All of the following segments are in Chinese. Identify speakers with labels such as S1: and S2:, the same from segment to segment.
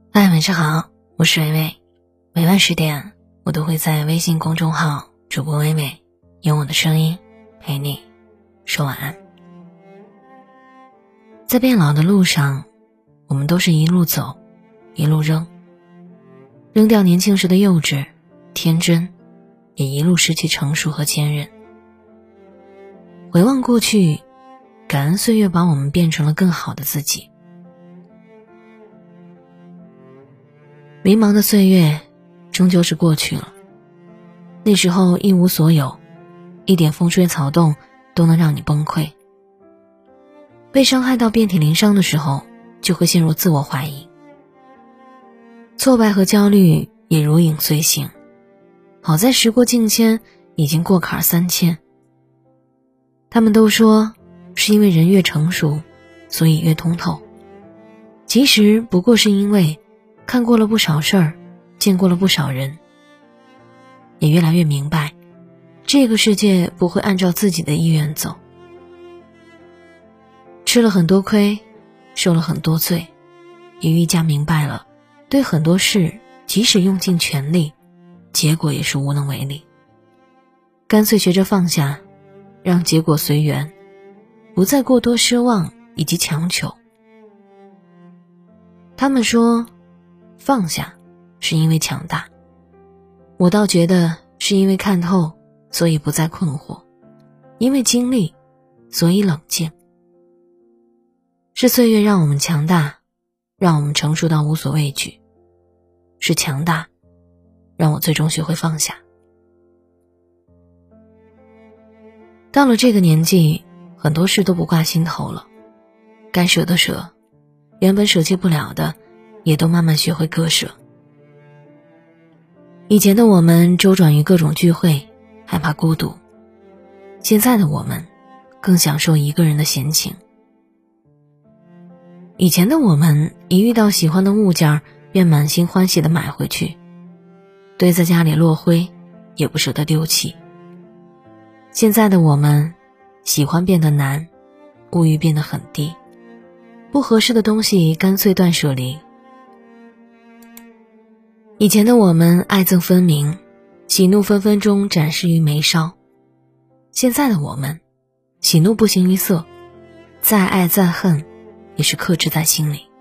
S1: 嗨，晚上好，我是微微。每晚10点，我都会在微信公众号主播微微，用我的声音陪你说晚安。在变老的路上，我们都是一路走，一路扔掉年轻时的幼稚、天真，也一路失去成熟和坚韧。回望过去，感恩岁月把我们变成了更好的自己。迷茫的岁月终究是过去了，那时候一无所有，一点风吹草动都能让你崩溃。被伤害到遍体鳞伤的时候，就会陷入自我怀疑，挫败和焦虑也如影随形。好在时过境迁，已经过坎3000。他们都说是因为人越成熟，所以越通透，其实不过是因为看过了不少事儿，见过了不少人，也越来越明白，这个世界不会按照自己的意愿走。吃了很多亏，受了很多罪，也愈加明白了，对很多事即使用尽全力，结果也是无能为力。干脆学着放下，让结果随缘，不再过多奢望以及强求。他们说放下是因为强大，我倒觉得是因为看透，所以不再困惑，因为经历，所以冷静。是岁月让我们强大，让我们成熟到无所畏惧，是强大让我最终学会放下。到了这个年纪，很多事都不挂心头了，该舍的舍，原本舍弃不了的也都慢慢学会割舍。以前的我们周转于各种聚会，害怕孤独，现在的我们更享受一个人的闲情。以前的我们一遇到喜欢的物件便满心欢喜地买回去，堆在家里落灰也不舍得丢弃。现在的我们喜欢变得难，物欲变得很低，不合适的东西干脆断舍离。以前的我们爱憎分明，喜怒分分钟展示于眉梢。现在的我们喜怒不形于色，再爱再恨也是克制在心里。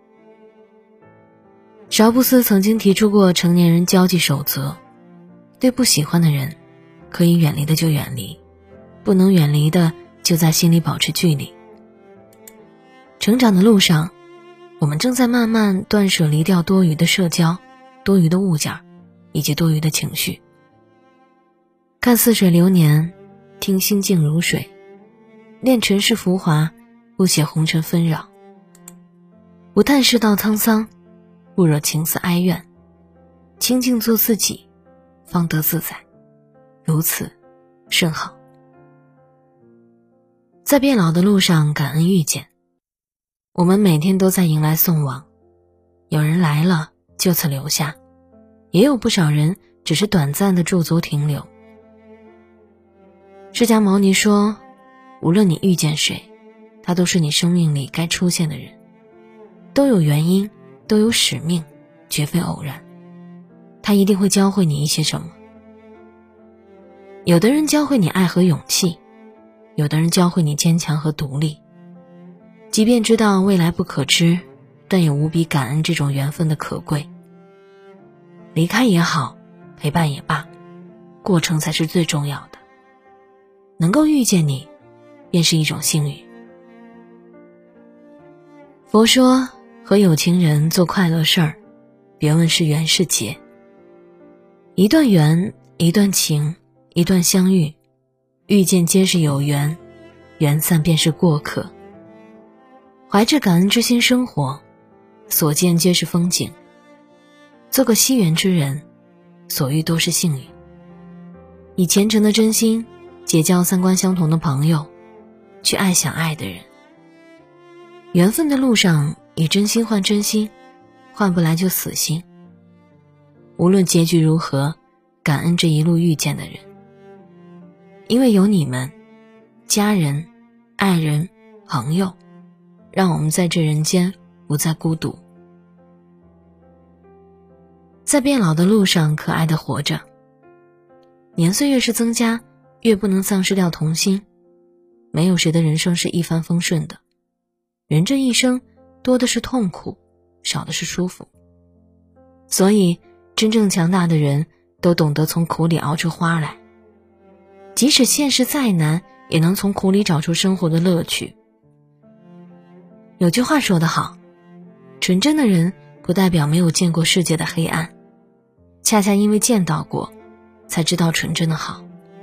S1: 乔布斯曾经提出过成年人交际守则，对不喜欢的人可以远离的就远离，不能远离的就在心里保持距离。成长的路上，我们正在慢慢断舍离掉多余的社交，多余的物件以及多余的情绪。看似水流年，听心静如水，恋尘世浮华，不写红尘纷扰，不叹世道沧桑，不惹情思哀怨，清静做自己，方得自在，如此甚好。在变老的路上感恩遇见，我们每天都在迎来送往，有人来了就此留下，也有不少人只是短暂的驻足停留。释迦牟尼说，无论你遇见谁，他都是你生命里该出现的人，都有原因，都有使命，绝非偶然。他一定会教会你一些什么。有的人教会你爱和勇气，有的人教会你坚强和独立。即便知道未来不可知，但也无比感恩这种缘分的可贵。离开也好，陪伴也罢，过程才是最重要的。能够遇见你，便是一种幸运。佛说，和有情人做快乐事儿，别问是缘是劫。一段缘，一段情，一段相遇，遇见皆是有缘，缘散便是过客。怀着感恩之心生活，所见皆是风景。做个惜缘之人，所遇都是幸运。以虔诚的真心结交三观相同的朋友，去爱想爱的人。缘分的路上，以真心换真心，换不来就死心。无论结局如何，感恩这一路遇见的人，因为有你们，家人、爱人、朋友，让我们在这人间不再孤独。 在变老的路上可爱的活着。年岁越是增加，越不能丧失掉童心。没有谁的人生是一帆风顺的，人这一生多的是痛苦，少的是舒服。所以真正强大的人都懂得从苦里熬出花来，即使现实再难，也能从苦里找出生活的乐趣。有句话说得好，纯真的人不代表没有见过世界的黑暗，恰恰因为见到过，才知道纯真的好。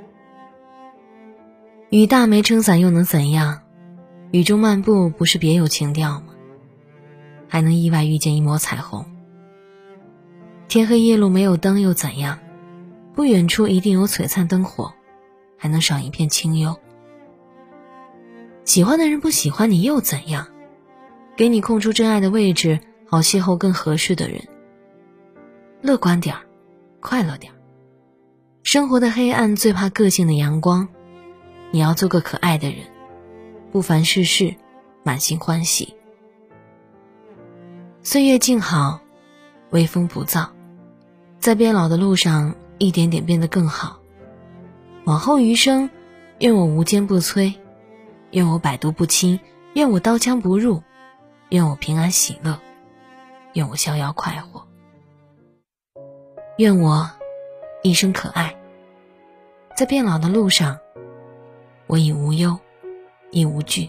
S1: 雨大没撑伞又能怎样？雨中漫步不是别有情调吗？还能意外遇见一抹彩虹。天黑夜路没有灯又怎样？不远处一定有璀璨灯火，还能赏一片清幽。喜欢的人不喜欢你又怎样？给你空出真爱的位置，好邂逅更合适的人。乐观点儿，快乐点儿。生活的黑暗最怕个性的阳光，你要做个可爱的人，不烦世事，满心欢喜。岁月静好，微风不燥，在变老的路上一点点变得更好。往后余生，愿我无坚不摧，愿我百毒不侵，愿我刀枪不入，愿我平安喜乐，愿我逍遥快活，愿我一生可爱。在变老的路上，我已无忧，亦无惧。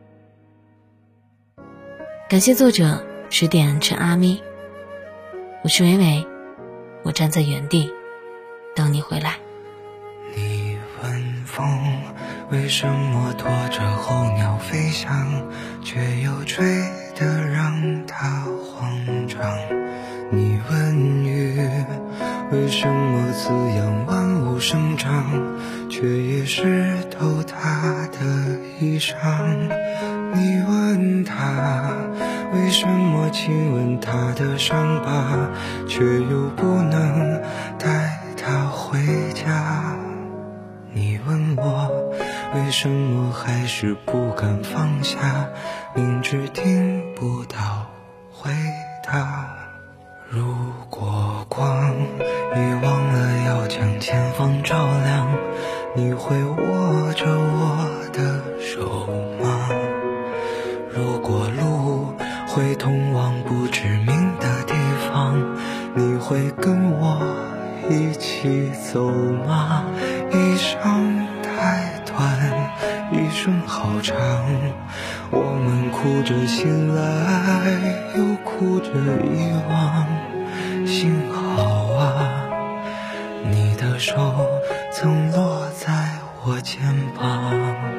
S1: 感谢作者10点陈阿咪，我是伟伟，我站在原地等你回来。
S2: 你问风为什么拖着候鸟飞翔，却又吹得让它慌张？你问雨为什么滋养万物生长，却也湿透它的衣裳？你问他为什么亲吻他的伤疤，却又不能带他回家？你问我为什么还是不敢放下，明知听不到回答。如果光已忘了要将前方照亮，你会握着我的手吗？如果路会通往不知名的地方，你会跟我一起走吗？一生太短，一生好长，我们哭着醒来，又哭着遗忘。幸好啊，你的手曾落在我肩膀，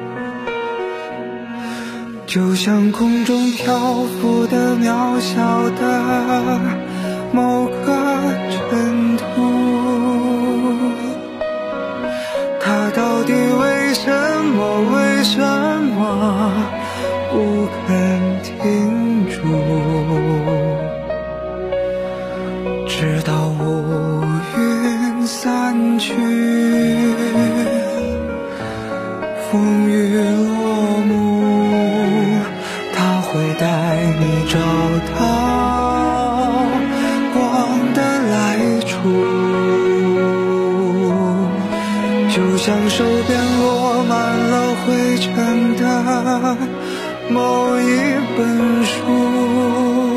S2: 就像空中漂浮的渺小的某个尘土，它到底为什么不肯停住？直到乌云散去，风雨落幕，它会带你找到光的来处，就像手边落满了灰尘的某一本书，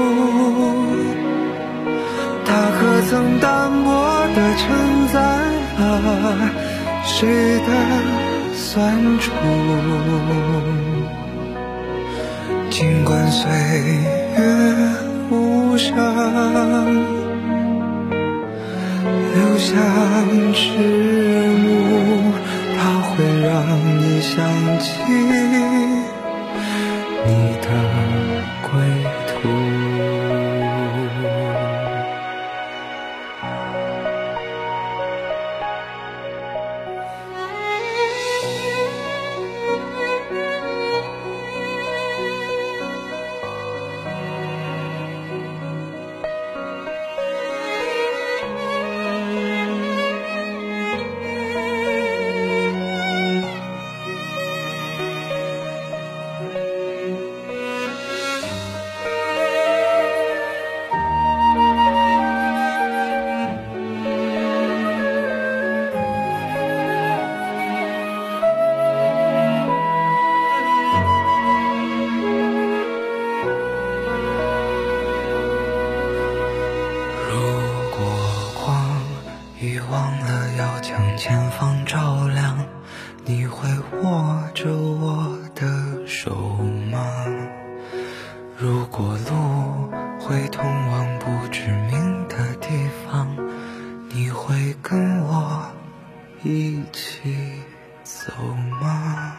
S2: 它可曾淡薄地承载了谁的酸楚？尽管岁月无声，留下迟暮，它会让你想起你的归途。 当前方照亮，你会握着我的手吗？如果路会通往不知名的地方，你会跟我一起走吗？